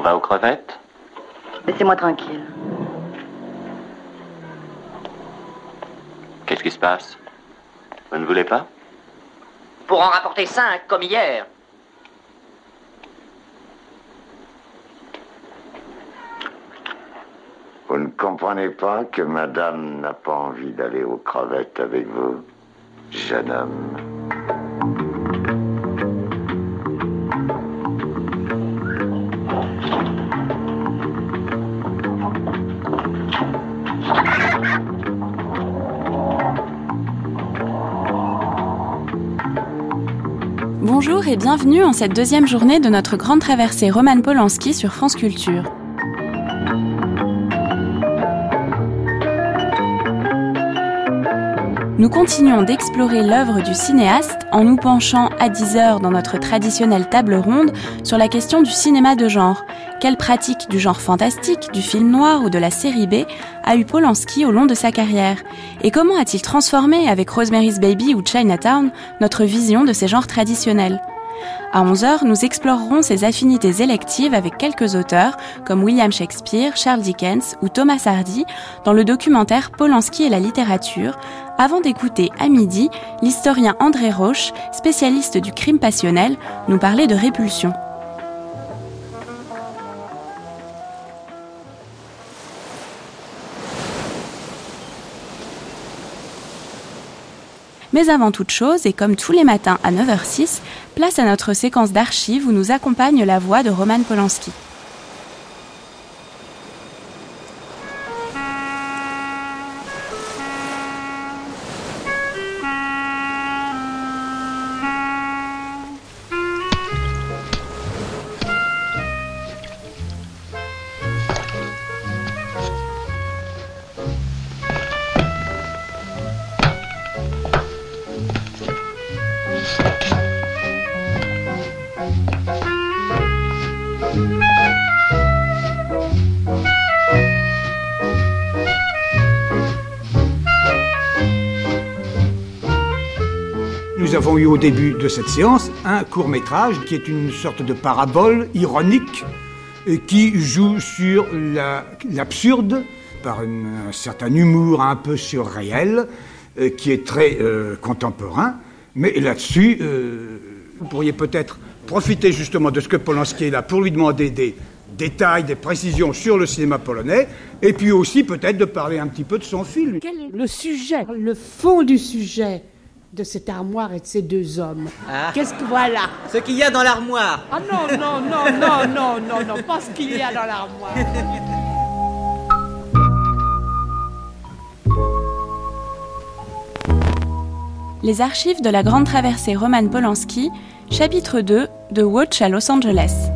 va aux crevettes? Laissez-moi tranquille. Qu'est-ce qui se passe? Vous ne voulez pas? Pour en rapporter 5, comme hier. Vous ne comprenez pas que madame n'a pas envie d'aller aux crevettes avec vous, jeune homme? Bonjour et bienvenue en cette deuxième journée de notre grande traversée Roman Polanski sur France Culture. Nous continuons d'explorer l'œuvre du cinéaste en nous penchant à 10h dans notre traditionnelle table ronde sur la question du cinéma de genre. Quelle pratique du genre fantastique, du film noir ou de la série B a eu Polanski au long de sa carrière? Et comment a-t-il transformé, avec Rosemary's Baby ou Chinatown, notre vision de ces genres traditionnels? À 11h, nous explorerons ses affinités électives avec quelques auteurs comme William Shakespeare, Charles Dickens ou Thomas Hardy dans le documentaire Polanski et la littérature, avant d'écouter à midi l'historien André Roche, spécialiste du crime passionnel, nous parler de répulsion. Mais avant toute chose, et comme tous les matins à 9h06, place à notre séquence d'archives où nous accompagne la voix de Roman Polanski. Nous avons eu au début de cette séance un court-métrage qui est une sorte de parabole ironique qui joue sur l'absurde par un certain humour un peu surréel qui est très contemporain. Mais là-dessus, vous pourriez peut-être profiter justement de ce que Polanski est là pour lui demander des détails, des précisions sur le cinéma polonais et puis aussi peut-être de parler un petit peu de son film. Quel est le sujet, le fond du sujet de cette armoire et de ces deux hommes? Qu'est-ce que voilà? Ce qu'il y a dans l'armoire. Ah non, pas ce qu'il y a dans l'armoire. Les archives de la grande traversée Roman Polanski, chapitre 2 de Watch à Los Angeles.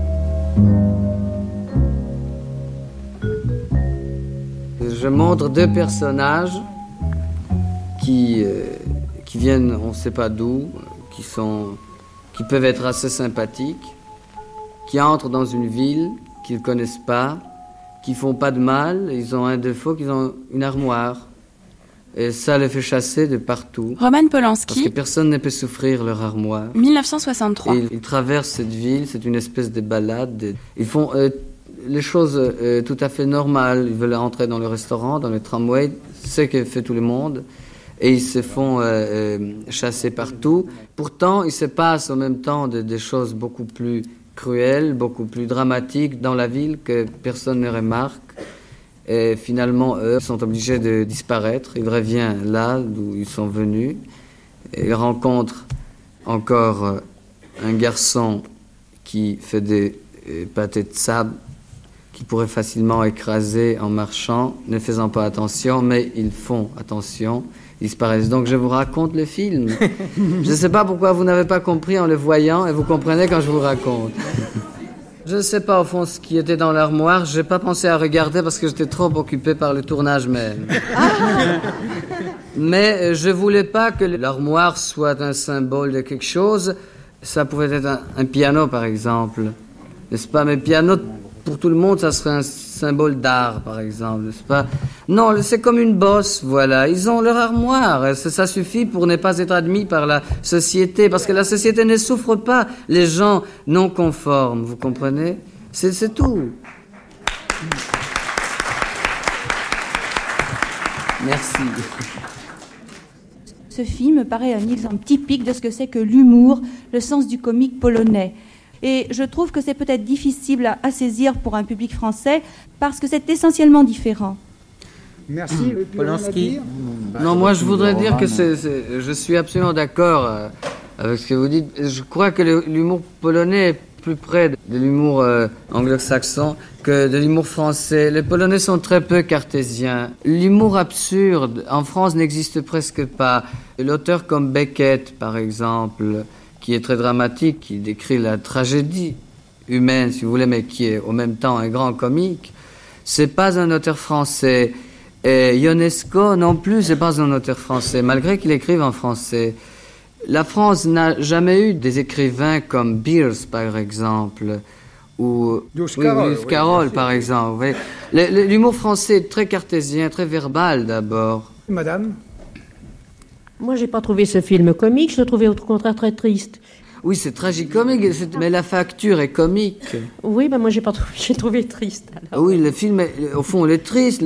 Je montre deux personnages qui viennent, on ne sait pas d'où, qui peuvent être assez sympathiques, qui entrent dans une ville qu'ils ne connaissent pas, qui ne font pas de mal, ils ont un défaut, qu'ils ont une armoire. Et ça les fait chasser de partout. Roman Polanski. Parce que personne ne peut souffrir leur armoire. 1963. Et ils traversent cette ville, c'est une espèce de balade. Ils font les choses tout à fait normales. Ils veulent entrer dans le restaurant, dans le tramway, ce que fait tout le monde. Et ils se font chasser partout. Pourtant, il se passe en même temps des choses beaucoup plus cruelles, beaucoup plus dramatiques dans la ville que personne ne remarque. Et finalement, eux sont obligés de disparaître. Ils reviennent là d'où ils sont venus. Et ils rencontrent encore un garçon qui fait des pâtés de sable qu'ils pourraient facilement écraser en marchant, ne faisant pas attention, mais ils font attention. Ils disparaissent. Donc je vous raconte le film. Je ne sais pas pourquoi vous n'avez pas compris en le voyant et vous comprenez quand je vous raconte. Je ne sais pas au fond ce qui était dans l'armoire. Je n'ai pas pensé à regarder parce que j'étais trop occupé par le tournage même. Mais je ne voulais pas que l'armoire soit un symbole de quelque chose. Ça pouvait être un piano par exemple. N'est-ce pas? Mais piano, pour tout le monde, ça serait un symbole d'art, par exemple, n'est-ce pas? Non, c'est comme une bosse, voilà. Ils ont leur armoire. Ça suffit pour ne pas être admis par la société, parce que la société ne souffre pas les gens non conformes, vous comprenez? C'est tout. Merci. Ce film paraît un exemple typique de ce que c'est que l'humour, le sens du comique polonais. Et je trouve que c'est peut-être difficile à saisir pour un public français parce que c'est essentiellement différent. Merci. Polanski. Non, moi je voudrais dire que je suis absolument d'accord avec ce que vous dites. Je crois que l'humour polonais est plus près de l'humour anglo-saxon que de l'humour français. Les Polonais sont très peu cartésiens. L'humour absurde en France n'existe presque pas. L'auteur comme Beckett, par exemple, qui est très dramatique, qui décrit la tragédie humaine, si vous voulez, mais qui est au même temps un grand comique, c'est pas un auteur français. Et Ionesco non plus, c'est pas un auteur français, malgré qu'il écrive en français. La France n'a jamais eu des écrivains comme Beers, par exemple, ou Lewis Carroll, par exemple. Vous voyez. L'humour français est très cartésien, très verbal d'abord. Madame? Moi, j'ai pas trouvé ce film comique, je l'ai trouvé au contraire très triste. Oui, c'est tragicomique, mais la facture est comique. Oui, ben moi, j'ai trouvé triste. Alors. Oui, le film, au fond, il est triste,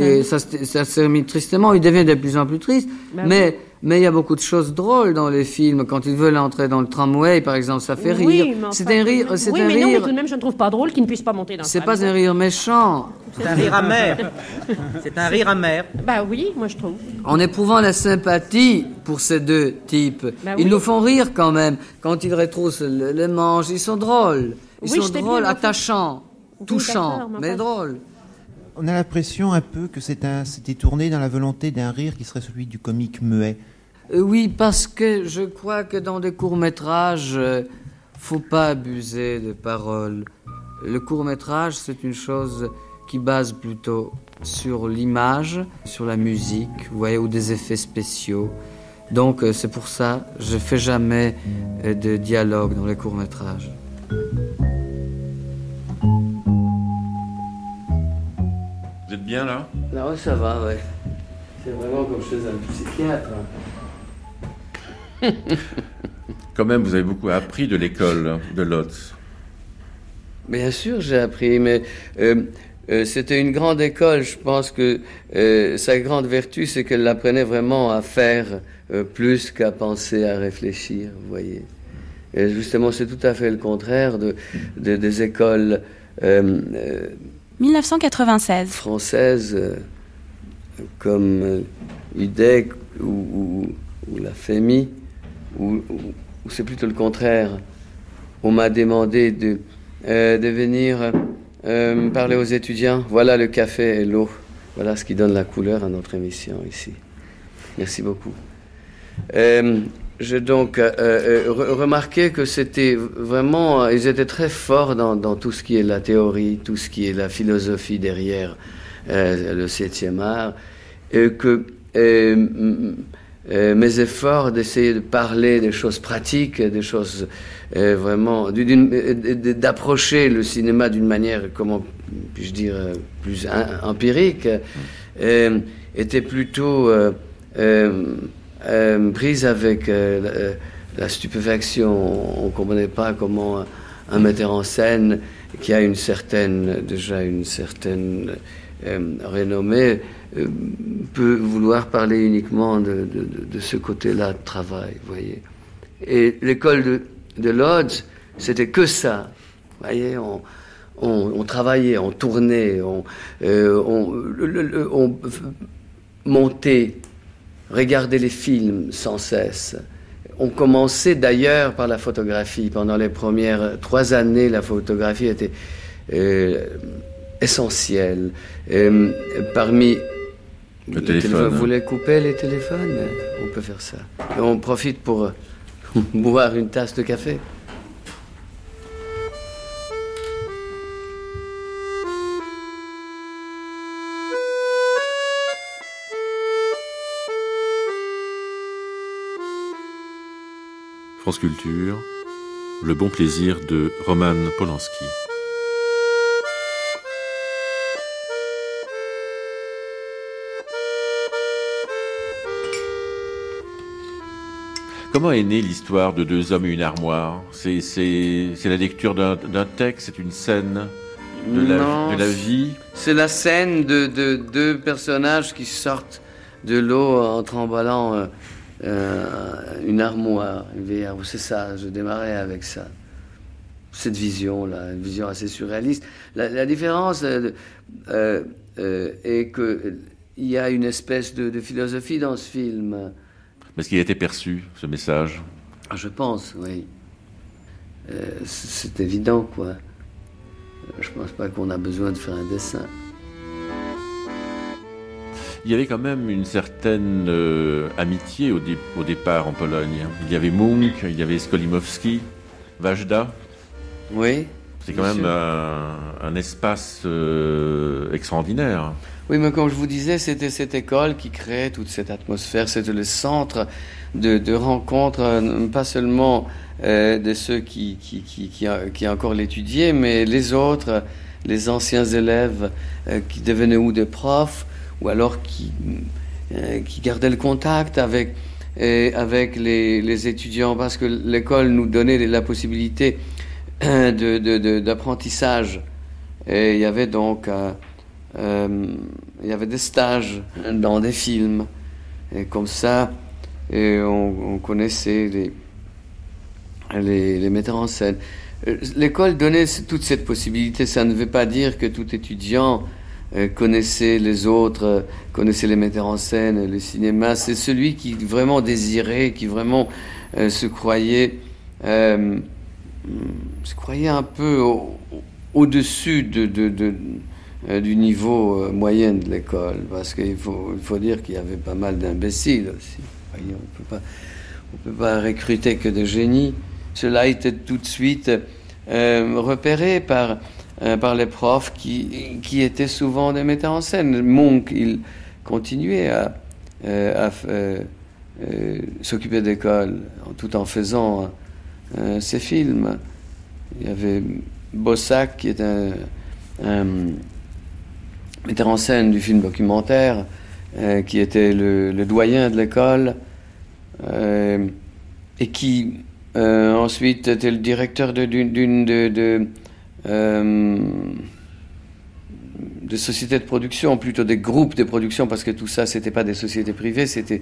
ça s'est mis tristement, il devient de plus en plus triste, mais il y a beaucoup de choses drôles dans les films. Quand ils veulent entrer dans le tramway, par exemple, ça fait rire. C'est un rire. Oui, mais non, mais tout de même, je ne trouve pas drôle qu'ils ne puissent pas monter dans le tramway. C'est pas un rire méchant. C'est un rire amer. C'est un rire amer. Bah oui, moi je trouve. En éprouvant la sympathie pour ces deux types, ils nous font rire quand même. Quand ils retroussent les manches, ils sont drôles. Ils sont drôles, attachants, touchants, mais drôles. On a l'impression un peu que c'était tourné dans la volonté d'un rire qui serait celui du comique muet. Oui, parce que je crois que dans des courts-métrages, faut pas abuser de paroles. Le court-métrage, c'est une chose qui base plutôt sur l'image, sur la musique, vous voyez, ou des effets spéciaux. Donc c'est pour ça, je fais jamais de dialogue dans les courts-métrages. Vous êtes bien là? Là, ouais, ça va, ouais. C'est vraiment comme chez un psychiatre. Quand même, vous avez beaucoup appris de l'école de Łódź. Bien sûr, j'ai appris, mais c'était une grande école. Je pense que sa grande vertu, c'est qu'elle l'apprenait vraiment à faire plus qu'à penser, à réfléchir, vous voyez. Et justement, c'est tout à fait le contraire des écoles 1996. Françaises comme UDEC ou la FEMI, où c'est plutôt le contraire. On m'a demandé de venir parler aux étudiants. Voilà le café et l'eau. Voilà ce qui donne la couleur à notre émission ici. Merci beaucoup. J'ai donc remarqué que c'était vraiment... Ils étaient très forts dans tout ce qui est la théorie, tout ce qui est la philosophie derrière le 7e art, et que mes efforts d'essayer de parler des choses pratiques, des choses vraiment... d'approcher le cinéma d'une manière, comment puis-je dire, plus empirique, était plutôt... prise avec la stupéfaction. On ne comprenait pas comment un metteur en scène qui a déjà une certaine renommée peut vouloir parler uniquement de ce côté-là de travail, vous voyez. Et l'école de Łódź, c'était que ça, vous voyez. On travaillait, on tournait, on montait, regarder les films sans cesse. On commençait d'ailleurs par la photographie. Pendant les premières 3 années, la photographie était essentielle. Parmi le téléphone. Vous voulez couper les téléphones? On peut faire ça. Et on profite pour boire une tasse de café. France Culture, Le bon plaisir de Roman Polanski. Comment est née l'histoire de 2 hommes et une armoire? C'est la lecture d'un texte, c'est une scène? de la vie. C'est la scène de deux personnages qui sortent de l'eau en tremblant une armoire, une vieille armoire. C'est ça, je démarrais avec ça. Cette vision-là, une vision assez surréaliste. La différence est qu'il y a une espèce de philosophie dans ce film. Parce qu'il a été perçu, ce message. Je pense, oui. C'est évident, quoi. Je pense pas qu'on a besoin de faire un dessin. Il y avait quand même une certaine amitié au départ en Pologne. Il y avait Munch, il y avait Skolimowski, Wajda. Oui. C'est quand même un espace extraordinaire. Oui, mais comme je vous disais, c'était cette école qui créait toute cette atmosphère. C'était le centre de rencontres, pas seulement de ceux qui encore l'étudiaient, mais les autres, les anciens élèves qui devenaient ou des profs, ou alors qui gardaient le contact avec les étudiants, parce que l'école nous donnait la possibilité d'apprentissage. Et il y avait donc il y avait des stages dans des films, et comme ça on connaissait les metteurs en scène. L'école donnait toute cette possibilité. Ça ne veut pas dire que tout étudiant connaissait les autres, connaissait les metteurs en scène, le cinéma. C'est celui qui vraiment désirait, qui vraiment se croyait un peu au-dessus du niveau moyen de l'école, parce qu'il faut dire qu'il y avait pas mal d'imbéciles aussi. Voyez, on peut pas recruter que des génies. Cela a été tout de suite repéré par les profs qui étaient souvent des metteurs en scène. Munch, il continuait à s'occuper d'école tout en faisant ses films. Il y avait Bossack, qui est un metteur en scène du film documentaire, qui était le doyen de l'école, et qui ensuite était le directeur de sociétés de production, plutôt des groupes de production, parce que tout ça, c'était pas des sociétés privées, c'était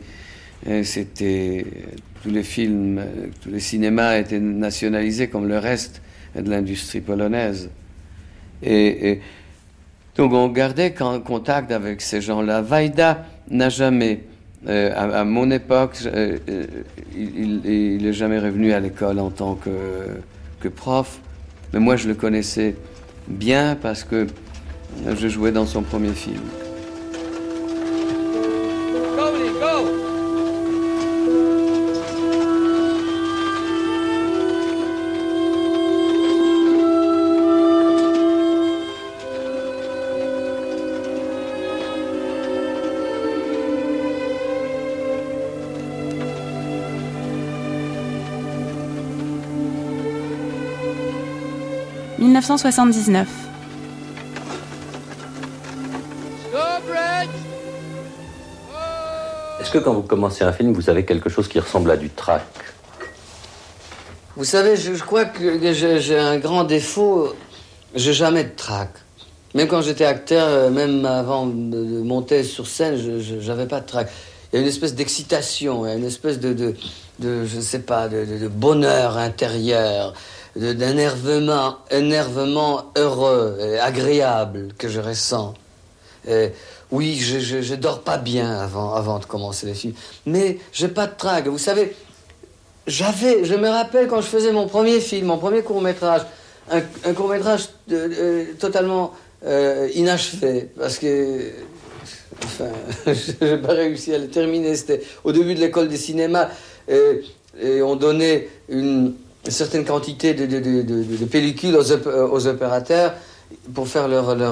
tous les films, tous les cinémas étaient nationalisés comme le reste de l'industrie polonaise. Et donc on gardait contact avec ces gens-là. Wajda n'a jamais, à mon époque, il n'est jamais revenu à l'école en tant que prof, mais moi je le connaissais bien parce que je jouais dans son premier film. Go! 1979. Est-ce que quand vous commencez un film, vous avez quelque chose qui ressemble à du trac? Vous savez, je crois que j'ai un grand défaut. J'ai jamais de trac. Même quand j'étais acteur, même avant de monter sur scène, je n'avais pas de trac. Il y a une espèce d'excitation, il y a une espèce de je sais pas, de bonheur intérieur, d'énervement heureux et agréable que je ressens. Oui, je dors pas bien avant de commencer les films, mais j'ai pas de trac. Vous savez, je me rappelle quand je faisais mon premier film, mon premier court-métrage, un court-métrage totalement inachevé, parce que enfin, je n'ai pas réussi à le terminer. C'était au début de l'école de cinéma, et on donnait une certaine quantité de pellicules aux opérateurs pour faire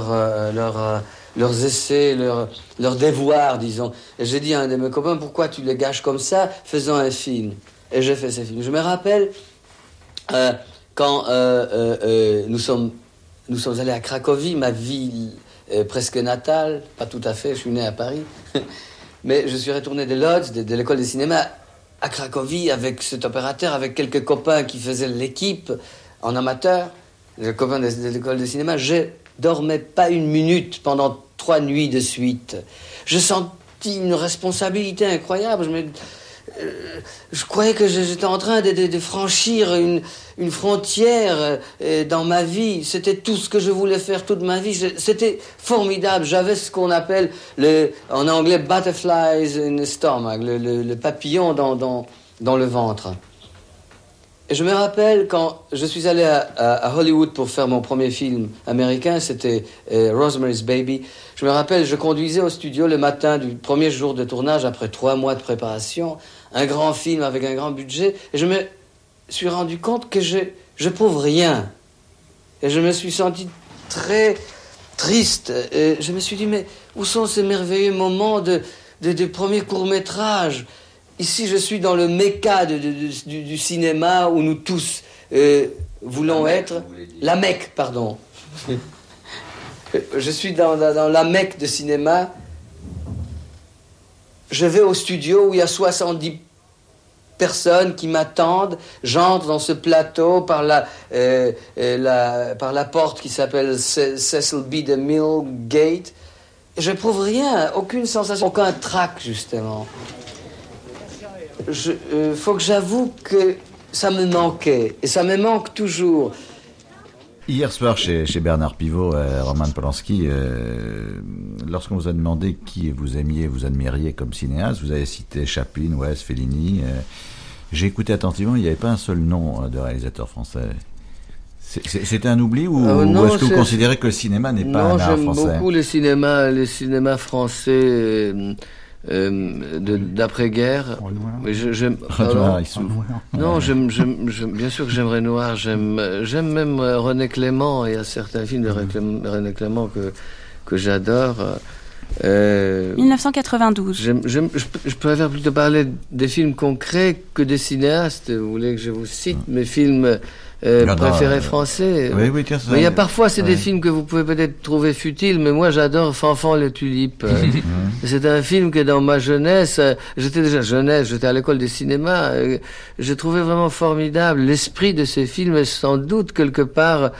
leurs essais, leurs devoirs, disons. Et j'ai dit à un de mes copains, pourquoi tu les gâches comme ça, faisant un film. Et j'ai fait ce film. Je me rappelle quand nous sommes allés à Cracovie, ma ville presque natale, pas tout à fait, je suis né à Paris, mais je suis retourné de Lodz, de l'école de cinéma, à Cracovie avec cet opérateur, avec quelques copains qui faisaient l'équipe en amateur, les copains de l'école de cinéma. J'ai dormais pas une minute pendant 3 nuits de suite. Je sentis une responsabilité incroyable. Je croyais que j'étais en train de franchir une frontière dans ma vie. C'était tout ce que je voulais faire toute ma vie. C'était formidable. J'avais ce qu'on appelle, en anglais, butterflies in the stomach, le papillon dans le ventre. Et je me rappelle quand je suis allé à Hollywood pour faire mon premier film américain, c'était Rosemary's Baby. Je me rappelle, je conduisais au studio le matin du premier jour de tournage, après 3 mois de préparation, un grand film avec un grand budget, et je me suis rendu compte que je prouve rien. Et je me suis senti très triste. Et je me suis dit, mais où sont ces merveilleux moments de premier court-métrage ? Ici, je suis dans le méca du cinéma où nous tous voulons être. La Mecque, pardon. Je suis dans la Mecque de cinéma. Je vais au studio où il y a 70 personnes qui m'attendent. J'entre dans ce plateau par la porte qui s'appelle Cecil B. DeMille Gate. Et je n'éprouve rien, aucune sensation, aucun trac, justement. Faut que j'avoue que ça me manquait, et ça me manque toujours. Hier soir, chez Bernard Pivot, Roman Polanski, lorsqu'on vous a demandé qui vous aimiez, vous admiriez comme cinéaste, vous avez cité Chaplin, West, Fellini. J'ai écouté attentivement, il n'y avait pas un seul nom de réalisateur français. C'est un oubli ou est-ce que vous considérez que le cinéma n'est pas un art français ? Non, j'aime beaucoup le cinéma français d'après-guerre. Mais bien sûr que j'aime Renoir, j'aime même René Clément. Il y a certains films de René Clément que j'adore. 1992. Je préfère plutôt parler des films concrets que des cinéastes. Vous voulez que je vous cite mes films préférés français? Oui, tiens, ça. Mais il y a parfois, c'est des films que vous pouvez peut-être trouver futiles, mais moi j'adore Fanfan le Tulipe. C'est un film que dans ma jeunesse, j'étais à l'école de cinéma, j'ai trouvé vraiment formidable. L'esprit de ces films est sans doute quelque part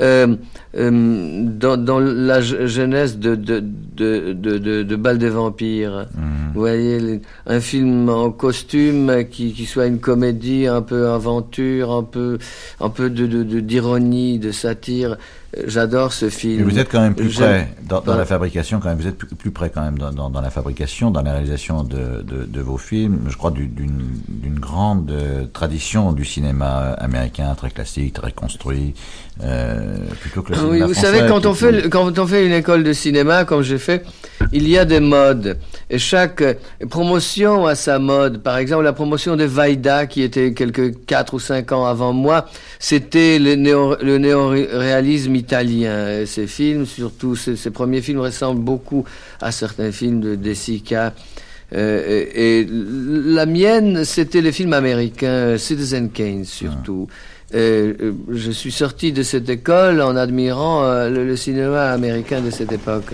dans la jeunesse de Bal des Vampires. Vous voyez, un film en costume qui soit une comédie, un peu aventure, un peu d'ironie, de satire. J'adore ce film. Mais vous êtes quand même plus près dans la fabrication, quand même. Vous êtes plus près quand même dans la fabrication, dans la réalisation de vos films. Je crois d'une grande tradition du cinéma américain, très classique, très construit, plutôt que le cinéma vous français. Savez, quand on fait une école de cinéma, comme j'ai fait, il y a des modes. Et chaque promotion a sa mode. Par exemple, la promotion de Vaida, qui était 4 ou 5 ans avant moi, c'était le néoréalisme italien. Ces films, surtout ces premiers films, ressemblent beaucoup à certains films de De Sica. Et la mienne, c'était les films américains, Citizen Kane surtout. Je suis sorti de cette école en admirant le cinéma américain de cette époque.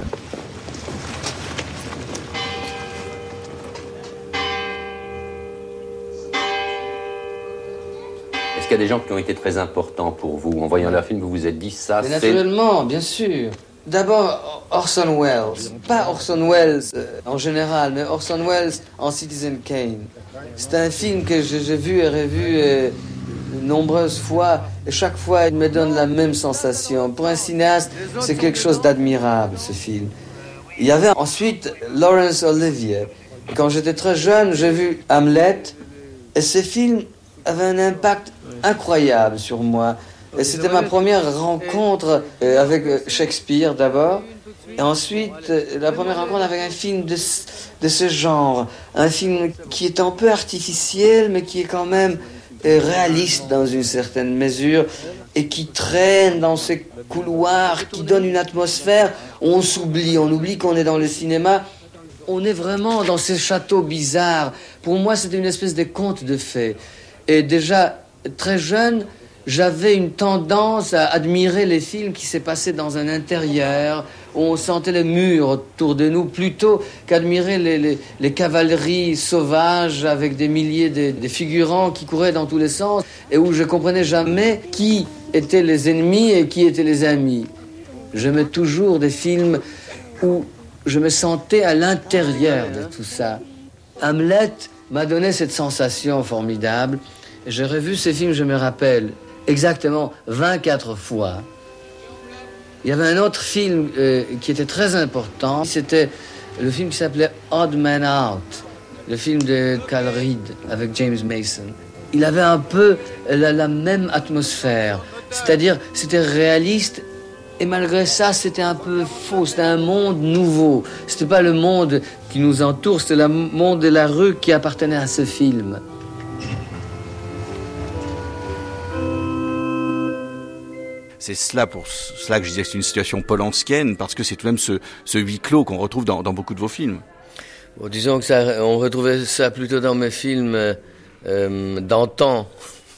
Est-ce qu'il y a des gens qui ont été très importants pour vous? En voyant leur film, vous vous êtes dit ça, c'est... Naturellement, bien sûr. D'abord, Orson Welles. Pas Orson Welles en général, mais Orson Welles en Citizen Kane. C'est un film que j'ai vu et revu de nombreuses fois. Et chaque fois, il me donne la même sensation. Pour un cinéaste, c'est quelque chose d'admirable, ce film. Il y avait ensuite Laurence Olivier. Quand j'étais très jeune, j'ai vu Hamlet. Et ce film avait un impact incroyable sur moi. Et c'était ma première rencontre avec Shakespeare d'abord, et ensuite la première rencontre avec un film de ce genre, un film qui est un peu artificiel mais qui est quand même réaliste dans une certaine mesure et qui traîne dans ces couloirs, qui donne une atmosphère où on oublie qu'on est dans le cinéma. On est vraiment dans ces châteaux bizarres. Pour moi, c'était une espèce de conte de fées. Et déjà, très jeune, j'avais une tendance à admirer les films qui s'est passé dans un intérieur, où on sentait les murs autour de nous, plutôt qu'admirer les cavaleries sauvages avec des milliers de figurants qui couraient dans tous les sens, et où je comprenais jamais qui étaient les ennemis et qui étaient les amis. J'aimais toujours des films où je me sentais à l'intérieur de tout ça. Hamlet m'a donné cette sensation formidable. J'ai revu ces films, je me rappelle, exactement 24 fois. Il y avait un autre film qui était très important. C'était le film qui s'appelait Odd Man Out, le film de Carl Reed avec James Mason. Il avait un peu la même atmosphère, c'est-à-dire c'était réaliste et malgré ça c'était un peu faux, c'était un monde nouveau. C'était pas le monde qui nous entoure, c'était le monde de la rue qui appartenait à ce film. C'est pour cela que je disais que c'est une situation polanskienne, parce que c'est tout de même ce huis clos qu'on retrouve dans beaucoup de vos films. Bon, disons que on retrouvait ça plutôt dans mes films d'antan.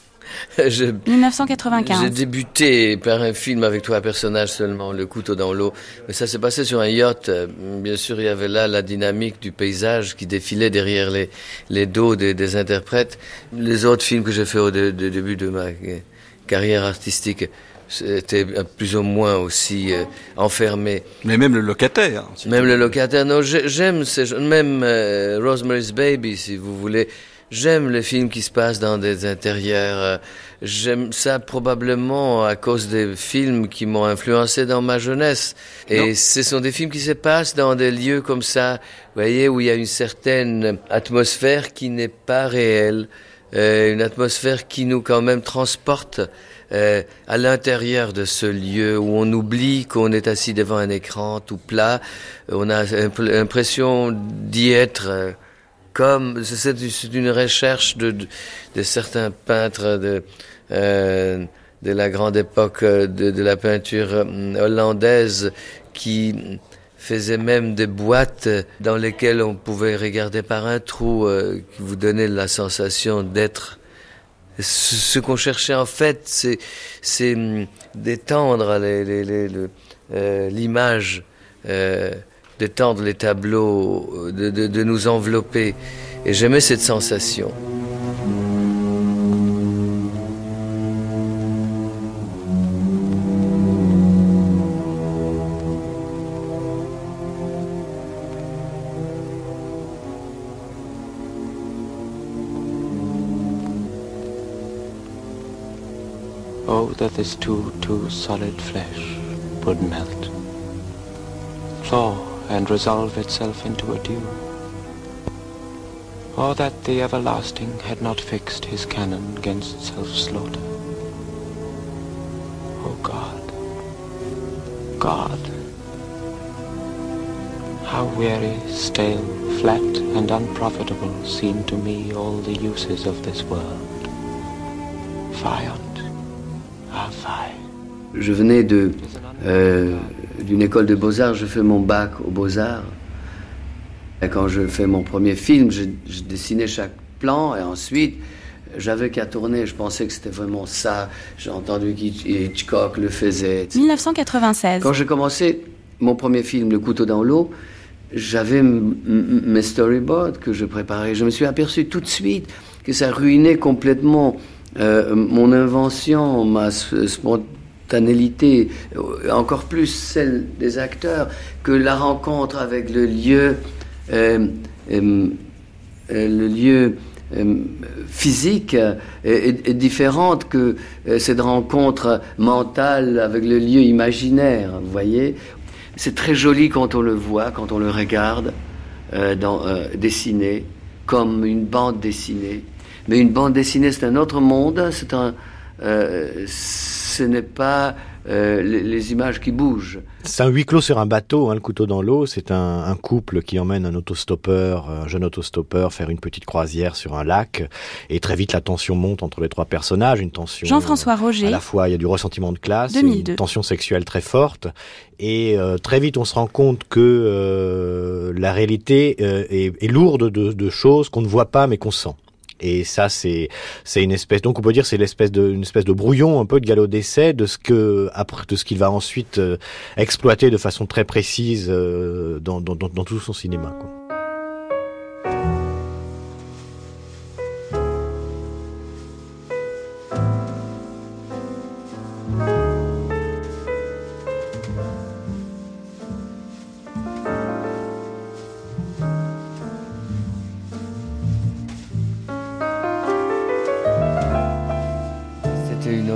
1995. J'ai débuté par un film avec 3 personnages seulement, Le couteau dans l'eau. Mais ça s'est passé sur un yacht. Bien sûr, il y avait là la dynamique du paysage qui défilait derrière les dos des interprètes. Les autres films que j'ai fait au début de ma carrière artistique, c'était plus ou moins aussi enfermé. Mais même le locataire. Même le locataire. Non, j'aime même Rosemary's Baby, si vous voulez. J'aime les films qui se passent dans des intérieurs. J'aime ça probablement à cause des films qui m'ont influencé dans ma jeunesse. Et ce sont des films qui se passent dans des lieux comme ça, vous voyez, où il y a une certaine atmosphère qui n'est pas réelle. Une atmosphère qui nous quand même transporte à l'intérieur de ce lieu où on oublie qu'on est assis devant un écran tout plat. On a l'impression d'y être comme... C'est une recherche de certains peintres de la grande époque de la peinture hollandaise qui faisaient même des boîtes dans lesquelles on pouvait regarder par un trou qui vous donnait la sensation d'être. Ce qu'on cherchait en fait, c'est d'étendre l'image, d'étendre les tableaux, de nous envelopper. Et j'aimais cette sensation. Oh, that this too solid flesh would melt, thaw and resolve itself into a dew. Oh, that the everlasting had not fixed his cannon against self-slaughter. Oh, God, God, how weary, stale, flat and unprofitable seem to me all the uses of this world. Fiant. Je venais d'une école de beaux-arts, je fais mon bac aux beaux-arts. Et quand je fais mon premier film, je dessinais chaque plan et ensuite j'avais qu'à tourner. Je pensais que c'était vraiment ça. J'ai entendu qu'Hitchcock le faisait. 1996. Quand j'ai commencé mon premier film, Le couteau dans l'eau, j'avais mes storyboards que je préparais. Je me suis aperçu tout de suite que ça ruinait complètement mon invention, ma spontanéité, encore plus celle des acteurs, que la rencontre avec le lieu physique est différente que cette rencontre mentale avec le lieu imaginaire, vous voyez. C'est très joli quand on le voit, quand on le regarde dessiné, comme une bande dessinée. Mais une bande dessinée, c'est un autre monde, ce n'est pas les images qui bougent. C'est un huis clos sur un bateau, hein, Le couteau dans l'eau. C'est un couple qui emmène un jeune autostoppeur, faire une petite croisière sur un lac. Et très vite, la tension monte entre les 3 personnages. Une tension. Jean-François Roger. À la fois, il y a du ressentiment de classe, 2002. Une tension sexuelle très forte. Et très vite, on se rend compte que la réalité est lourde de choses qu'on ne voit pas mais qu'on sent. Et ça, c'est une espèce, donc on peut dire c'est une espèce de brouillon, un peu de galop d'essai de ce qu'il va ensuite exploiter de façon très précise dans tout son cinéma, quoi.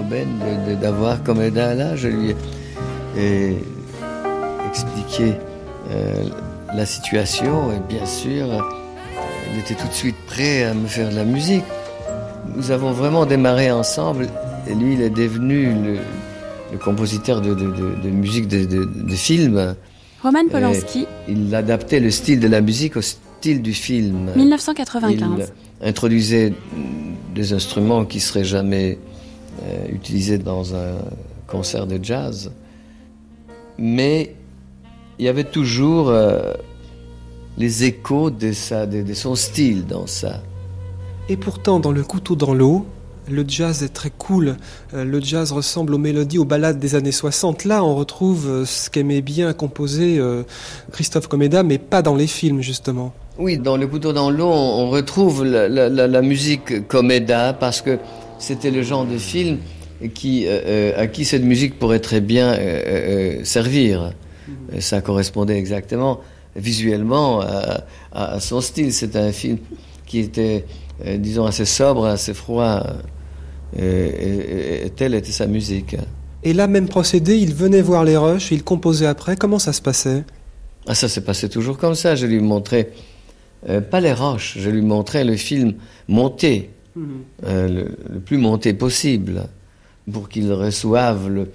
aubaine d'avoir Comeda là. Je lui ai expliqué la situation et bien sûr, il était tout de suite prêt à me faire de la musique. Nous avons vraiment démarré ensemble et lui, il est devenu le compositeur de musique de film. Roman Polanski. Il adaptait le style de la musique au style du film. 1995. Il introduisait des instruments qui ne seraient jamais utilisés dans un concert de jazz. Mais il y avait toujours les échos de son style dans ça. Et pourtant, dans Le Couteau dans l'eau, le jazz est très cool. Le jazz ressemble aux mélodies, aux ballades des années 60. Là, on retrouve ce qu'aimait bien composer Christophe Comeda, mais pas dans les films, justement. Oui, dans Le Couteau dans l'eau, on retrouve la musique Comeda, parce que c'était le genre de film à qui cette musique pourrait très bien servir. Ça correspondait exactement, visuellement, à son style. C'était un film qui était, disons, assez sobre, assez froid. Et telle était sa musique. Et là, même procédé, il venait voir les rushs, il composait après. Comment ça se passait? Ça s'est passé toujours comme ça. Je lui montrais, pas les rushs, je lui montrais le film monté, le plus monté possible, pour qu'il reçoive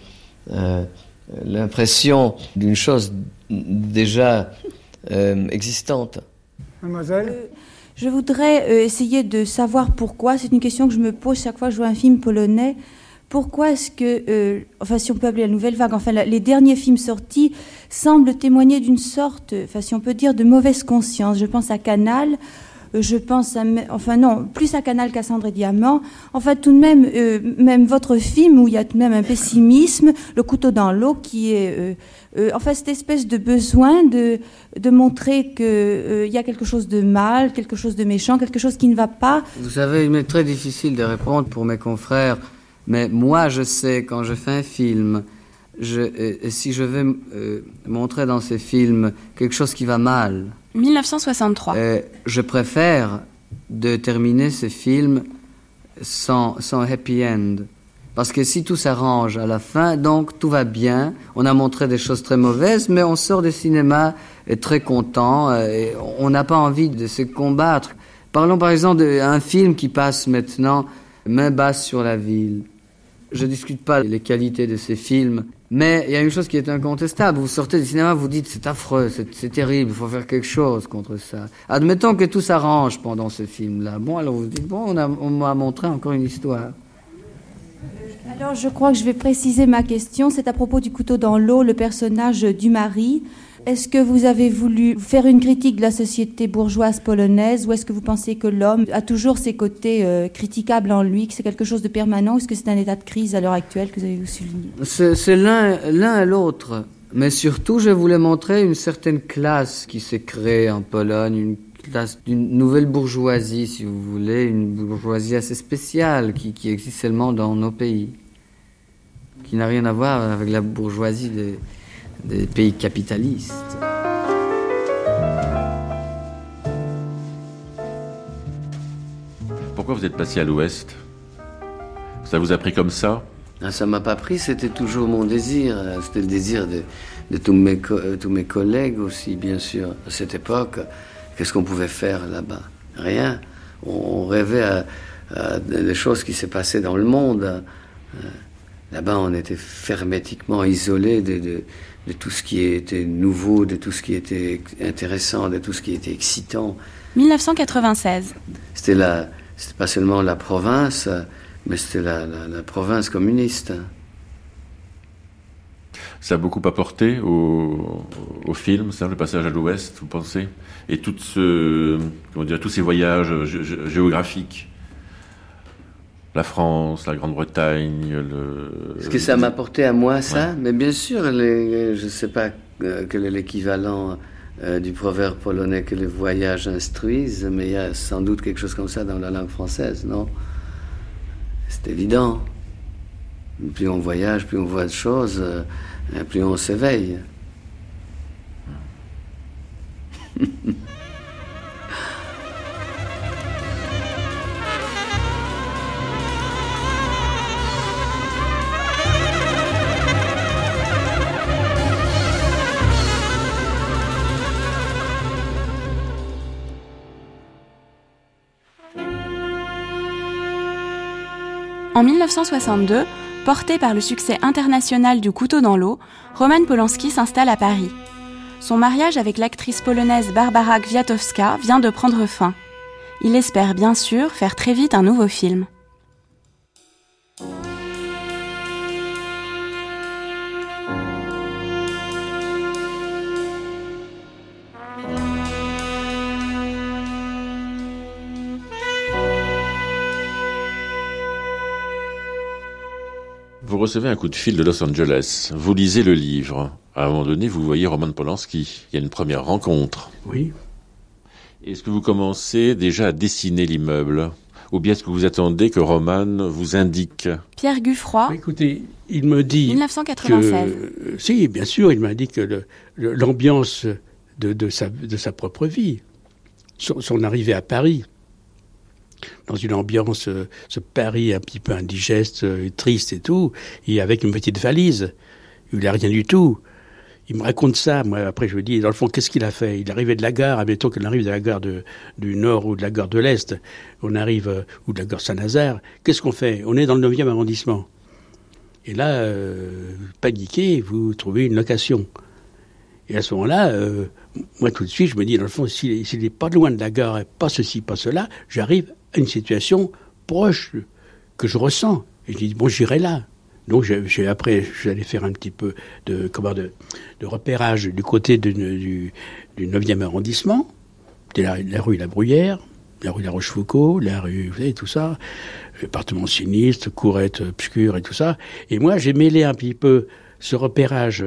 l'impression d'une chose déjà existante. Mademoiselle? Je voudrais essayer de savoir pourquoi. C'est une question que je me pose chaque fois que je vois un film polonais. Pourquoi est-ce que, si on peut appeler la nouvelle vague, les derniers films sortis semblent témoigner d'une sorte, si on peut dire, de mauvaise conscience. Je pense à Canal, je pense à... plus à Canal qu'à Cendre et Diamant. Tout de même, même votre film, où il y a tout de même un pessimisme, Le Couteau dans l'eau, qui est... cette espèce de besoin de montrer qu'il y a quelque chose de mal, quelque chose de méchant, quelque chose qui ne va pas. Vous savez, il m'est très difficile de répondre pour mes confrères, mais moi je sais, quand je fais un film, si je veux montrer dans ce film quelque chose qui va mal... 1963. Je préfère de terminer ce film sans happy end. Parce que si tout s'arrange à la fin, donc tout va bien. On a montré des choses très mauvaises, mais on sort du cinéma très content. Et on n'a pas envie de se combattre. Parlons par exemple d'un film qui passe maintenant, Main basse sur la ville. Je ne discute pas les qualités de ces films, mais il y a une chose qui est incontestable. Vous sortez du cinéma, vous dites c'est affreux, c'est terrible, il faut faire quelque chose contre ça. Admettons que tout s'arrange pendant ce film-là. Bon, alors vous dites, on m'a montré encore une histoire. Alors je crois que je vais préciser ma question. C'est à propos du Couteau dans l'eau, le personnage du mari. Est-ce que vous avez voulu faire une critique de la société bourgeoise polonaise, ou est-ce que vous pensez que l'homme a toujours ses côtés critiquables en lui, que c'est quelque chose de permanent, ou est-ce que c'est un état de crise à l'heure actuelle que vous avez souligné? C'est l'un et l'autre. Mais surtout, je voulais montrer une certaine classe qui s'est créée en Pologne, une classe d'une nouvelle bourgeoisie, si vous voulez, une bourgeoisie assez spéciale qui existe seulement dans nos pays, qui n'a rien à voir avec la bourgeoisie des pays capitalistes. Pourquoi vous êtes passé à l'Ouest? Ça vous a pris comme ça? Ça m'a pas pris, c'était toujours mon désir. C'était le désir de tous mes collègues aussi, bien sûr. À cette époque, qu'est-ce qu'on pouvait faire là-bas? Rien. On rêvait à des choses qui se passaient dans le monde. Là-bas, on était hermétiquement isolés de tout ce qui était nouveau, de tout ce qui était intéressant, de tout ce qui était excitant. 1996. C'était pas seulement la province, mais c'était la province communiste. Ça a beaucoup apporté au film, ça, le passage à l'Ouest, vous pensez? Et tous ces voyages géographiques, la France, la Grande-Bretagne, Ce que ça m'a apporté à moi, ça? Ouais. Mais bien sûr, je ne sais pas quel est l'équivalent du proverbe polonais que les voyages instruisent, mais il y a sans doute quelque chose comme ça dans la langue française, non? C'est évident. Plus on voyage, plus on voit de choses, plus on s'éveille. En 1962, porté par le succès international du Couteau dans l'eau, Roman Polanski s'installe à Paris. Son mariage avec l'actrice polonaise Barbara Kwiatkowska vient de prendre fin. Il espère bien sûr faire très vite un nouveau film. Vous recevez un coup de fil de Los Angeles. Vous lisez le livre. À un moment donné, vous voyez Roman Polanski. Il y a une première rencontre. Oui. Est-ce que vous commencez déjà à dessiner l'immeuble ? Ou bien est-ce que vous attendez que Roman vous indique ? Pierre Guffroy. Écoutez, il me dit 1996. Si, bien sûr, il m'a dit que l'ambiance de sa propre vie, son arrivée à Paris, dans une ambiance, ce Paris un petit peu indigeste, triste et tout, et avec une petite valise. Il n'a rien du tout. Il me raconte ça. Moi, après, je lui dis, dans le fond, qu'est-ce qu'il a fait ? Il arrivait de la gare, admettons qu'il arrive de la gare du Nord ou de la gare de l'Est. On arrive, ou de la gare Saint-Nazaire. Qu'est-ce qu'on fait ? On est dans le 9e arrondissement. Et là, paniqué, vous trouvez une location. Et à ce moment-là, moi, tout de suite, je me dis, dans le fond, s'il n'est pas loin de la gare, pas ceci, pas cela, j'arrive à une situation proche que je ressens. Et je dis, bon, j'irai là. Donc après, j'allais faire un petit peu de repérage du côté du 9e arrondissement, la rue La Bruyère, la rue La Rochefoucauld, la rue, vous savez, tout ça, appartement sinistre, courette obscure et tout ça. Et moi, j'ai mêlé un petit peu ce repérage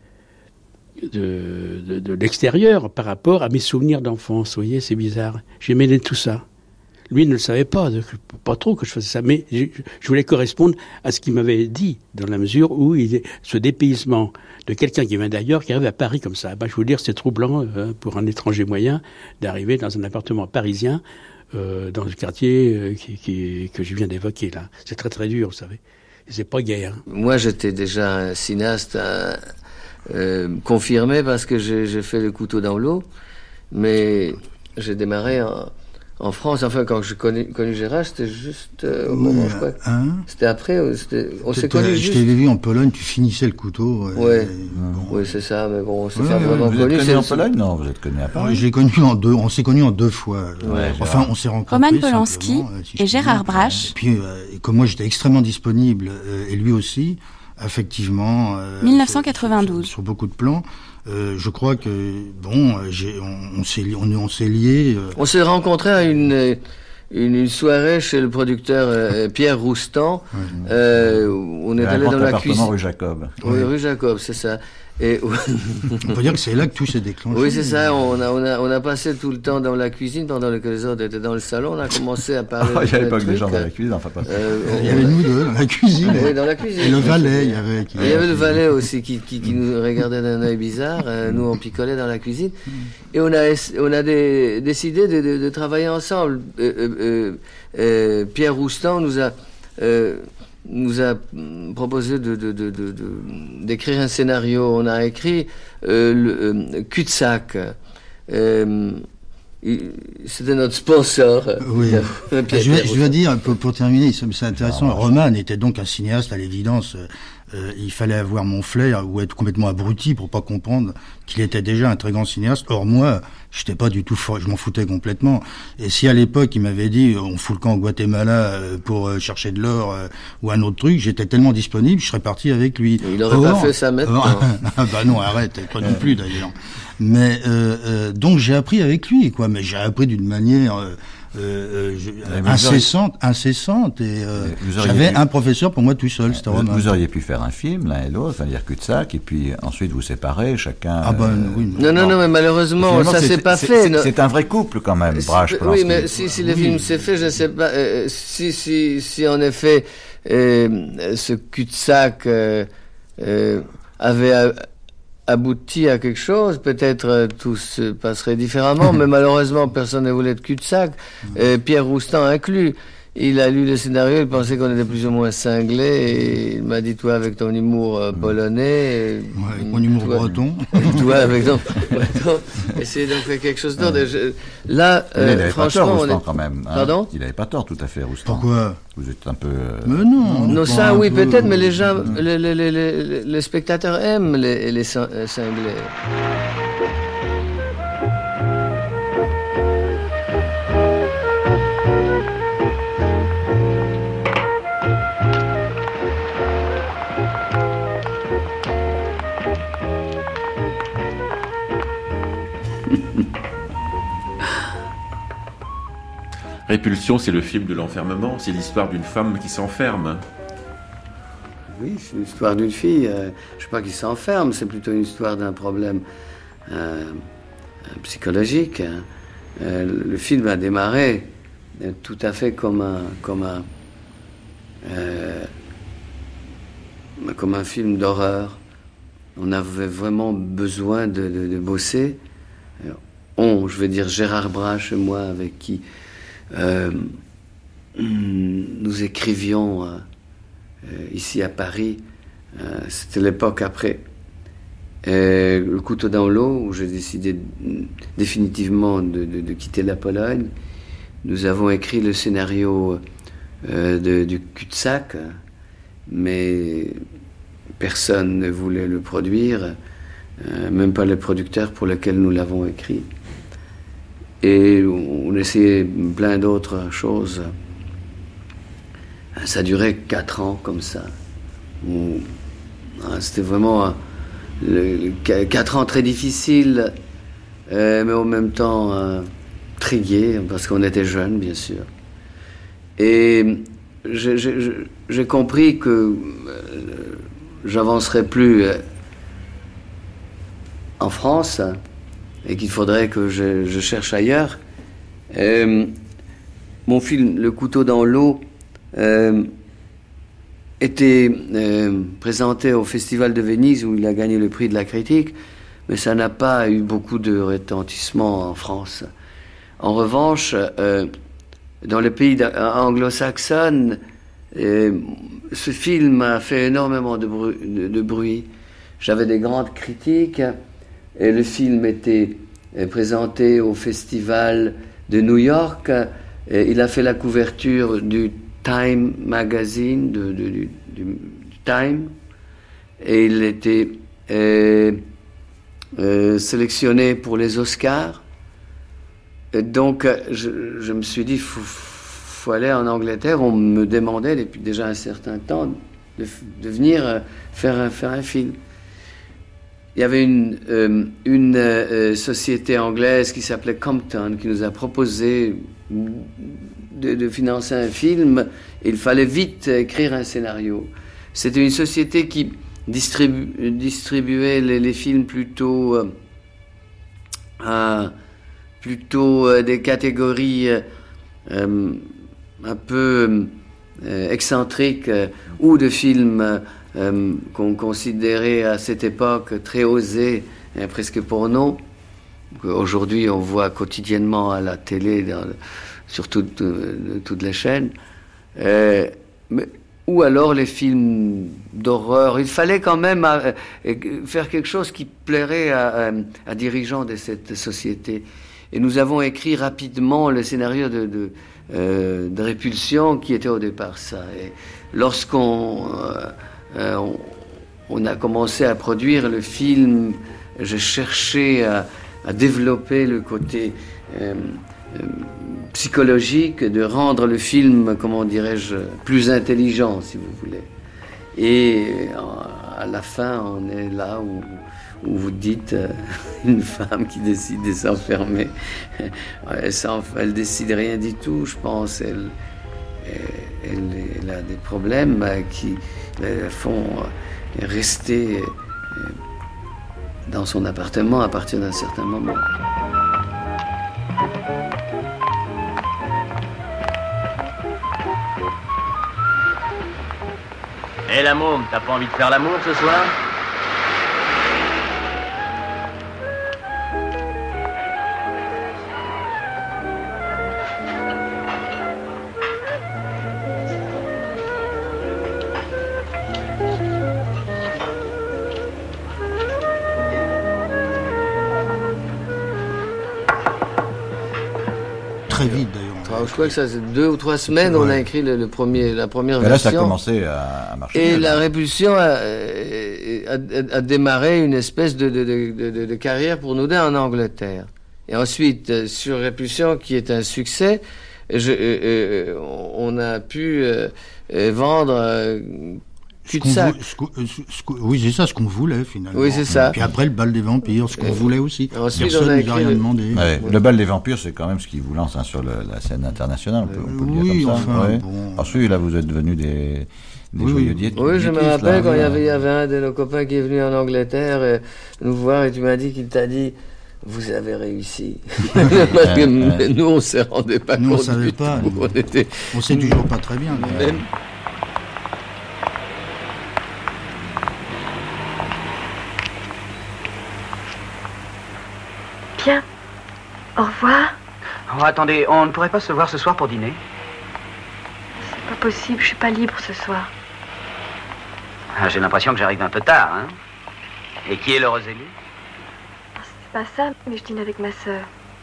de l'extérieur par rapport à mes souvenirs d'enfance. Vous voyez, c'est bizarre. J'ai mêlé tout ça. Lui ne le savait pas trop que je faisais ça, mais je voulais correspondre à ce qu'il m'avait dit, dans la mesure où ce dépaysement de quelqu'un qui vient d'ailleurs, qui arrive à Paris comme ça. Je veux dire, c'est troublant pour un étranger moyen d'arriver dans un appartement parisien, dans le quartier que je viens d'évoquer là. C'est très très dur, vous savez. Et c'est pas gai. Moi, j'étais déjà un cinéaste confirmé parce que j'ai fait Le Couteau dans l'eau, mais j'ai démarré en France. Enfin, quand j'ai connu Gérard, c'était juste au moment, je crois. C'était après, on s'est connus juste. Je t'avais vu en Pologne, tu finissais Le Couteau. Oui, c'est ça, mais bon, on s'est pas vraiment connus. Vous êtes connu en Pologne ? Non, vous êtes connu à Paris. Je l'ai connu on s'est connus en 2 fois. Enfin, on s'est rencontrés. Roman Polanski et Gérard Brache. Et puis, comme moi, j'étais extrêmement disponible, et lui aussi, effectivement. 1992. Sur beaucoup de plans. Je crois que on s'est liés. On s'est rencontrés à une soirée chez le producteur Pierre Roustan. On est allé dans la cuisine. Rue Jacob. Oui, rue Jacob, c'est ça. Et on peut dire que c'est là que tout s'est déclenché. Oui, c'est ça. On a passé tout le temps dans la cuisine pendant que les autres étaient dans le salon. On a commencé à parler. Il n'y avait pas que des gens dans la cuisine, enfin pas. Il y avait nous deux dans la cuisine. Oui, dans la cuisine. Et le valet, il y avait le valet aussi qui nous regardait d'un œil bizarre. Nous, on picolait dans la cuisine. Et on a décidé de travailler ensemble. Pierre Roustan nous a proposé d'écrire un scénario. On a écrit Cul-de-sac. C'était notre sponsor. Oui. Je veux dire, pour terminer, c'est intéressant. Roman était donc un cinéaste à l'évidence. Il fallait avoir mon flair ou être complètement abruti pour pas comprendre qu'il était déjà un très grand cinéaste. Or moi, j'étais pas du tout je m'en foutais complètement. Et si à l'époque il m'avait dit on fout le camp au Guatemala pour chercher de l'or ou un autre truc, j'étais tellement disponible, je serais parti avec lui. Il aurait pas fait ça maintenant. Bah non, arrête, toi non plus d'ailleurs. Mais donc j'ai appris avec lui, quoi. Mais j'ai appris d'une manière incessante et j'avais un professeur pour moi tout seul. C'était Roman. Vous auriez pu faire un film l'un et l'autre, enfin dire cul-de-sac, et puis ensuite vous séparer chacun. Oui. Non, mais malheureusement ça s'est pas fait. C'est un vrai couple quand même, Brache. Oui, mais si le film s'est fait, je sais pas. Si en effet ce cul-de-sac avait abouti à quelque chose, peut-être tout se passerait différemment, mais malheureusement personne ne voulait de cul-de-sac, Pierre Roustan inclus. Il a lu le scénario, il pensait qu'on était plus ou moins cinglés, et il m'a dit, toi avec ton humour polonais... avec mon humour breton. Toi avec ton breton, essayez donc faire quelque chose d'autre. Là, il n'avait franchement... pas tort, Roustan, quand même. Hein. Pardon ? Il n'avait pas tort tout à fait, Roustan. Pourquoi ? Vous êtes un peu... Mais non. Non, ça oui, peut-être, mais les gens, les spectateurs aiment les cinglés. Répulsion, c'est le film de l'enfermement, c'est l'histoire d'une femme qui s'enferme. Oui, c'est l'histoire d'une fille, je ne sais pas qui s'enferme, c'est plutôt une histoire d'un problème psychologique. Le film a démarré tout à fait comme un film d'horreur. On avait vraiment besoin de bosser. Je veux dire Gérard Brache et moi, avec qui nous écrivions ici à Paris. C'était l'époque après Le couteau dans l'eau, où j'ai décidé définitivement de quitter la Pologne. Nous avons écrit le scénario du cul-de-sac, mais personne ne voulait le produire, même pas le producteur pour lequel nous l'avons écrit. Et on essayait plein d'autres choses. Ça durait 4 ans comme ça. C'était vraiment 4 ans très difficiles, mais en même temps très gais, parce qu'on était jeunes, bien sûr. Et j'ai compris que j'avancerais plus en France et qu'il faudrait que je cherche ailleurs. Mon film Le couteau dans l'eau était présenté au Festival de Venise, où il a gagné le prix de la critique, mais ça n'a pas eu beaucoup de retentissement en France. En revanche, dans les pays anglo-saxons, ce film a fait énormément de bruit. J'avais des grandes critiques, et le film était présenté au Festival de New York. Et il a fait la couverture du Time Magazine, du Time, et il était sélectionné pour les Oscars. Et donc, je me suis dit, faut aller en Angleterre. On me demandait depuis déjà un certain temps de venir faire un film. Il y avait une société anglaise qui s'appelait Compton, qui nous a proposé de financer un film. Il fallait vite écrire un scénario. C'était une société qui distribuait les films plutôt des catégories un peu excentriques, ou de films qu'on considérait à cette époque très osés, presque porno. Aujourd'hui, on voit quotidiennement à la télé, sur toutes les chaînes. Ou alors les films d'horreur. Il fallait quand même faire quelque chose qui plairait à dirigeants de cette société. Et nous avons écrit rapidement le scénario de Répulsion, qui était au départ ça. Et lorsqu'on a commencé à produire le film, j'ai cherché à développer le côté psychologique, de rendre le film, comment dirais-je, plus intelligent, si vous voulez. Et à la fin, on est là où vous dites une femme qui décide de s'enfermer. Elle décide rien du tout, je pense. Elle a des problèmes qui la font rester dans son appartement à partir d'un certain moment. Hé la môme, t'as pas envie de faire l'amour ce soir ? je crois que ça, c'est 2 ou 3 semaines, on a écrit la première version. Et là, ça a commencé à marcher. Et la Répulsion a démarré une espèce de carrière pour nous deux en Angleterre. Et ensuite, sur Répulsion, qui est un succès, on a pu vendre cul-de-sac. Oui, c'est ça, ce qu'on voulait finalement. Oui, c'est ça. Et puis après, le bal des vampires, ce qu'on voulait aussi. Ensuite, personne ne nous a rien demandé. Ouais, le bal des vampires, c'est quand même ce qui vous lance sur la scène internationale, on peut le dire comme ça. Enfin, ouais. bon. Ensuite, là, vous êtes devenus des joyeux diététiques. Oui, je me rappelle quand il y avait un de nos copains qui est venu en Angleterre nous voir et tu m'as dit qu'il t'a dit vous avez réussi. Parce que nous, on ne se rendait pas compte. Nous, on ne savait pas. On sait toujours pas très bien. Même. Bien. Au revoir. Oh, attendez, on ne pourrait pas se voir ce soir pour dîner? C'est pas possible, je suis pas libre ce soir. Ah, j'ai l'impression que j'arrive un peu tard, hein. Et qui est l'heureuse élue? C'est pas ça, mais je dîne avec ma sœur.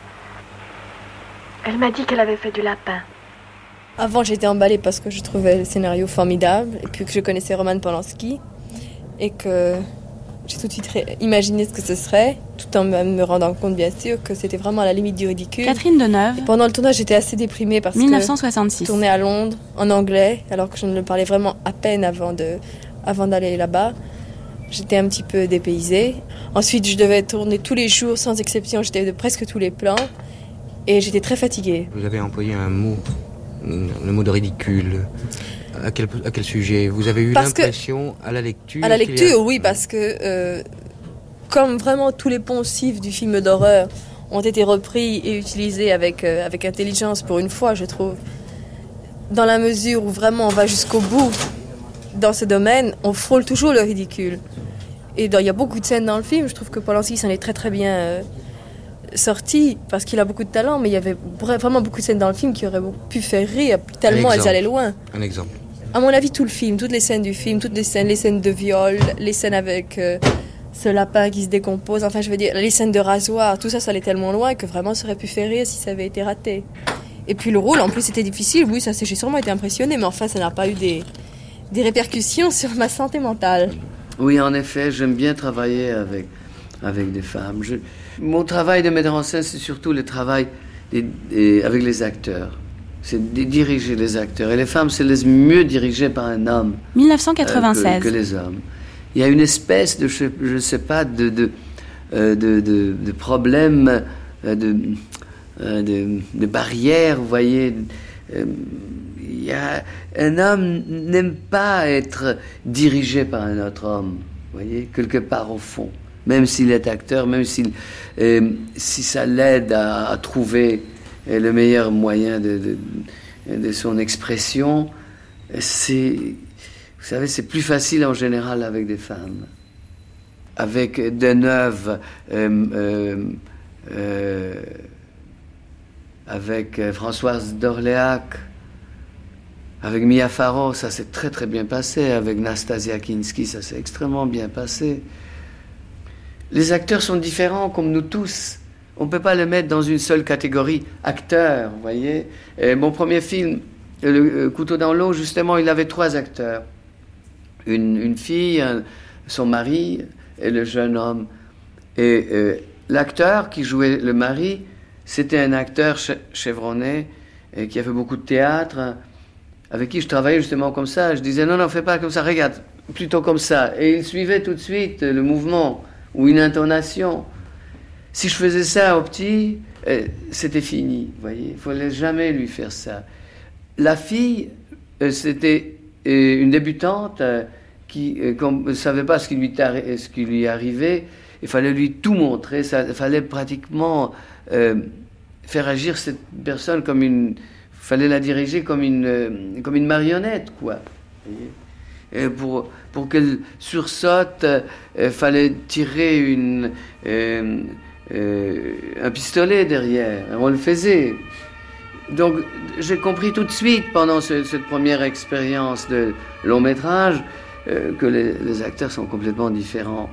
Elle m'a dit qu'elle avait fait du lapin. Avant, j'étais emballée parce que je trouvais le scénario formidable et puis que je connaissais Roman Polanski et que j'ai tout de suite imaginé ce que ce serait, tout en me rendant compte, bien sûr, que c'était vraiment à la limite du ridicule. Catherine Deneuve. Et pendant le tournage, j'étais assez déprimée parce 1966. que je tournais à Londres, en anglais, alors que je ne le parlais vraiment à peine avant d'aller là-bas. J'étais un petit peu dépaysée. Ensuite, je devais tourner tous les jours, sans exception. J'étais de presque tous les plans. Et j'étais très fatiguée. Vous avez employé un mot, le mot de ridicule. À quel sujet? Vous avez eu l'impression à la lecture? À la lecture, oui, parce que comme vraiment tous les poncifs du film d'horreur ont été repris et utilisés avec intelligence pour une fois, je trouve, dans la mesure où vraiment on va jusqu'au bout dans ce domaine, on frôle toujours le ridicule. Et il y a beaucoup de scènes dans le film, je trouve que Polanski s'en est très très bien sorti, parce qu'il a beaucoup de talent, mais il y avait vraiment beaucoup de scènes dans le film qui auraient pu faire rire, tellement elles allaient loin. Un exemple. À mon avis, tout le film, toutes les scènes du film, toutes les scènes de viol, les scènes avec ce lapin qui se décompose, enfin je veux dire, les scènes de rasoir, tout ça, ça allait tellement loin que vraiment ça aurait pu faire rire si ça avait été raté. Et puis le rôle, en plus, c'était difficile, oui, ça j'ai sûrement été impressionnée, mais enfin, ça n'a pas eu des répercussions sur ma santé mentale. Oui, en effet, j'aime bien travailler avec des femmes. Mon travail de metteur en scène, c'est surtout le travail avec les acteurs. C'est de diriger les acteurs. Et les femmes se laissent mieux diriger par un homme 1996. Que les hommes. Il y a une espèce de, je ne sais pas, de problème, de barrière, vous voyez. Un homme n'aime pas être dirigé par un autre homme, vous voyez, quelque part au fond. Même s'il est acteur, même si ça l'aide à trouver le meilleur moyen de son expression, vous savez, c'est plus facile en général avec des femmes. Avec Deneuve, avec Françoise d'Orléac, avec Mia Farrow, ça s'est très très bien passé. Avec Nastasia Kinski, ça s'est extrêmement bien passé. Les acteurs sont différents comme nous tous. On ne peut pas les mettre dans une seule catégorie. Acteurs, vous voyez. Mon premier film, Le couteau dans l'eau, justement, il avait 3 acteurs. Une fille, son mari et le jeune homme. Et l'acteur qui jouait le mari, c'était un acteur chevronné et qui a fait beaucoup de théâtre, avec qui je travaillais justement comme ça. Je disais, non, fais pas comme ça, regarde, plutôt comme ça. Et il suivait tout de suite le mouvement ou une intonation. Si je faisais ça au petit, c'était fini, vous voyez. Il ne fallait jamais lui faire ça. La fille, c'était une débutante qui ne savait pas ce qui lui arrivait. Il fallait lui tout montrer. Il fallait pratiquement faire agir cette personne comme une... Il fallait la diriger comme une marionnette, quoi. Vous voyez. Et pour qu'elle sursaute, il fallait tirer un pistolet derrière. On le faisait. Donc j'ai compris tout de suite pendant cette première expérience de long métrage que les acteurs sont complètement différents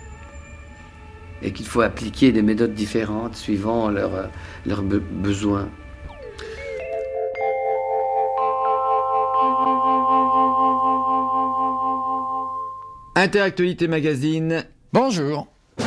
et qu'il faut appliquer des méthodes différentes suivant leurs besoins. Interactualité Magazine. Bonjour.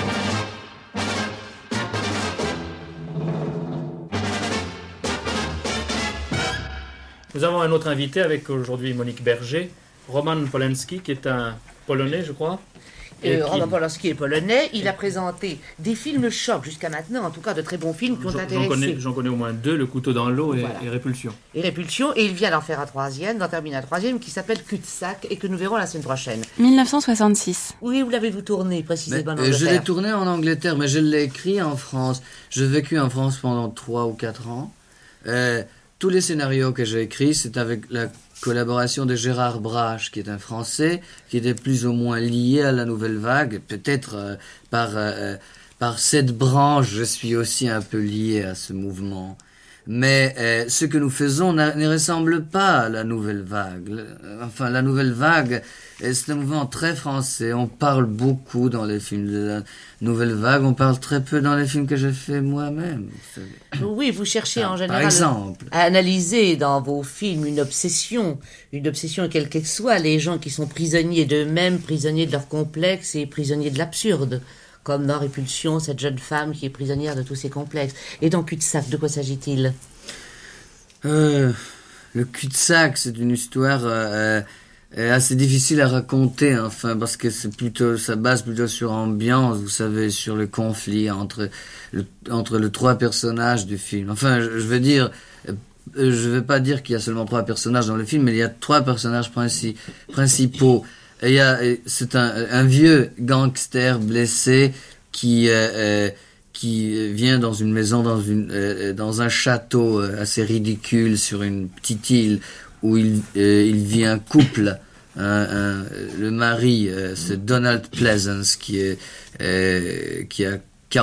Nous avons un autre invité avec aujourd'hui Monique Berger, Roman Polanski, qui est un Polonais, je crois. Roman Polanski est polonais, il a présenté des films chocs jusqu'à maintenant, en tout cas de très bons films qui ont intéressé. J'en connais au moins 2, Le couteau dans l'eau et Répulsion. Et Répulsion, et il vient d'en faire un troisième, d'en terminer un troisième qui s'appelle Cul-de-sac et que nous verrons la semaine prochaine. 1966. Oui, où l'avez-vous tourné précisément? Je l'ai tourné en Angleterre, mais je l'ai écrit en France. J'ai vécu en France pendant 3 ou 4 ans. Tous les scénarios que j'ai écrits, c'est avec la collaboration de Gérard Brache, qui est un Français, qui était plus ou moins lié à la Nouvelle Vague. Peut-être par cette branche, je suis aussi un peu lié à ce mouvement. Mais ce que nous faisons ne ressemble pas à la Nouvelle Vague. Enfin, la Nouvelle Vague, c'est un mouvement très français. On parle beaucoup dans les films de la Nouvelle Vague, on parle très peu dans les films que j'ai fait moi-même. Oui, vous cherchez en général par exemple, à analyser dans vos films une obsession quelle qu'elle soit, les gens qui sont prisonniers d'eux-mêmes, prisonniers de leurs complexes et prisonniers de l'absurde. Comme dans Répulsion, cette jeune femme qui est prisonnière de tous ses complexes. Et dans Cul-de-sac, de quoi s'agit-il? Le Cul-de-sac, c'est une histoire assez difficile à raconter, enfin, parce que ça base plutôt sur ambiance, vous savez, sur le conflit entre les 3 personnages du film. Enfin, je veux dire, je vais pas dire qu'il y a seulement 3 personnages dans le film, mais il y a 3 personnages principaux. C'est un vieux gangster blessé qui vient dans une maison, dans un château assez ridicule sur une petite île où il vit un couple. Le mari, c'est Donald Pleasance qui a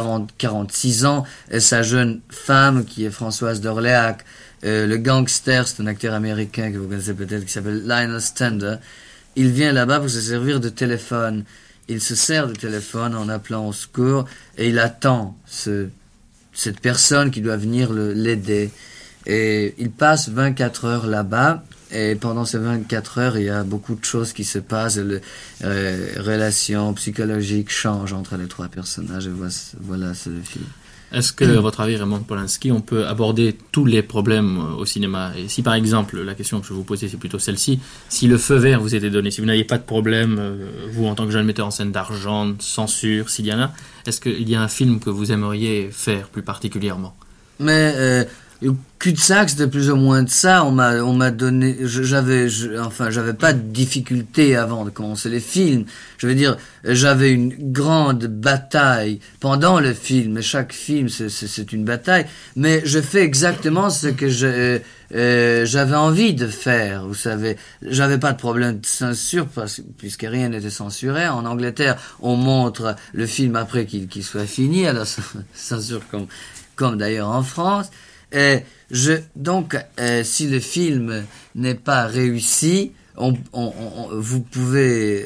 46 ans, et sa jeune femme qui est Françoise d'Orléac. Le gangster, c'est un acteur américain que vous connaissez peut-être qui s'appelle Lionel Stander. Il vient là-bas pour se servir de téléphone. Il se sert de téléphone en appelant au secours et il attend cette personne qui doit venir l'aider. Et il passe 24 heures là-bas et pendant ces 24 heures, il y a beaucoup de choses qui se passent. Les relations psychologiques changent entre les 3 personnages et voilà, c'est le film. Est-ce que, à votre avis, Roman Polanski, on peut aborder tous les problèmes au cinéma? Et si, par exemple, la question que je vais vous poser, c'est plutôt celle-ci, si le feu vert vous était donné, si vous n'aviez pas de problème, vous, en tant que jeune metteur en scène d'argent, de censure, s'il y en a, est-ce qu'il y a un film que vous aimeriez faire plus particulièrement? Mais le Cul-de-sac, c'était plus ou moins de ça. On m'a donné, j'avais pas de difficulté avant de commencer les films. Je veux dire, j'avais une grande bataille pendant le film. Et chaque film, c'est une bataille. Mais je fais exactement ce que j'avais envie de faire. Vous savez, j'avais pas de problème de censure puisque rien n'était censuré. En Angleterre, on montre le film après qu'il soit fini à la censure comme d'ailleurs en France. Donc, si le film n'est pas réussi, vous pouvez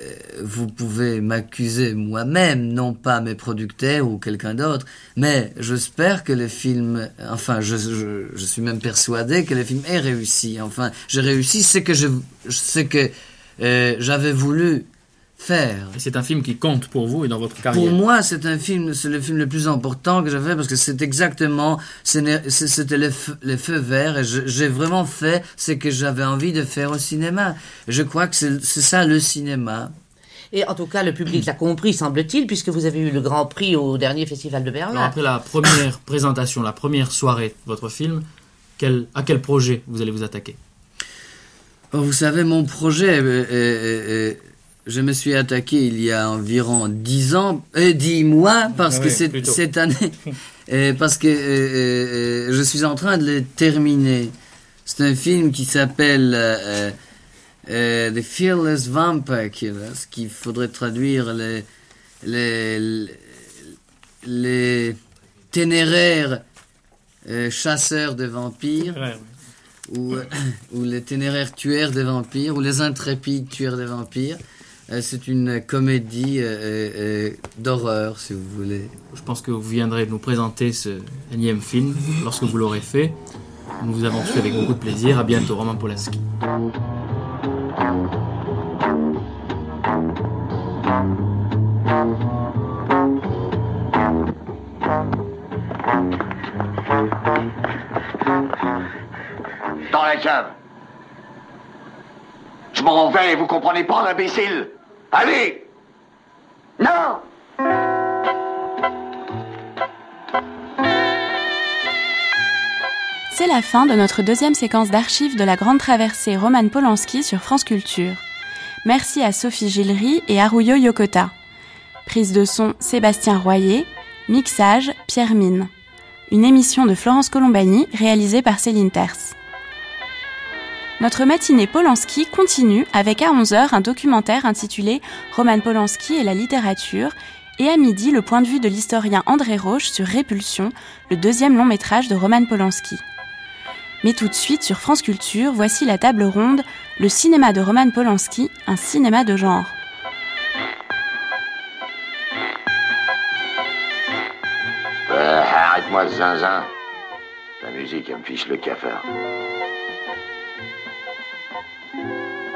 m'accuser moi-même, non pas mes producteurs ou quelqu'un d'autre, mais j'espère que le film, enfin, je suis même persuadé que le film est réussi. Enfin, j'ai réussi ce que j'avais voulu faire. Et c'est un film qui compte pour vous et dans votre carrière? Pour moi, c'est le film le plus important que j'ai fait parce que c'était les feux verts et j'ai vraiment fait ce que j'avais envie de faire au cinéma. Je crois que c'est ça le cinéma. Et en tout cas, le public l'a compris, semble-t-il, puisque vous avez eu le Grand Prix au dernier Festival de Berlin. Alors après la première présentation, la première soirée de votre film, à quel projet vous allez vous attaquer? Vous savez, mon projet... je me suis attaqué il y a environ 10 mois, parce que cette année, parce que je suis en train de le terminer. C'est un film qui s'appelle The Fearless Vampire Killers, qu'il faudrait traduire les ténéraires chasseurs de vampires, ou les ténéraires tueurs de vampires, ou les intrépides tueurs de vampires. C'est une comédie d'horreur, si vous voulez. Je pense que vous viendrez nous présenter ce énième film lorsque vous l'aurez fait. Nous vous avons reçu avec beaucoup de plaisir. À bientôt, Roman Polanski. cave. Je m'en vais, vous comprenez pas, imbécile. Allez. Non. C'est la fin de notre deuxième séquence d'archives de la Grande Traversée Roman Polanski sur France Culture. Merci à Sophie Gillery et Haruyo Yokota. Prise de son Sébastien Royer, mixage Pierre Mine. Une émission de Florence Colombani réalisée par Céline Terce. Notre matinée Polanski continue avec à 11h un documentaire intitulé Roman Polanski et la littérature et à midi le point de vue de l'historien André Roche sur Répulsion, le deuxième long métrage de Roman Polanski. Mais tout de suite, sur France Culture, voici la table ronde, le cinéma de Roman Polanski, un cinéma de genre. Arrête-moi ce zinzin. La musique, elle me fiche le cafard.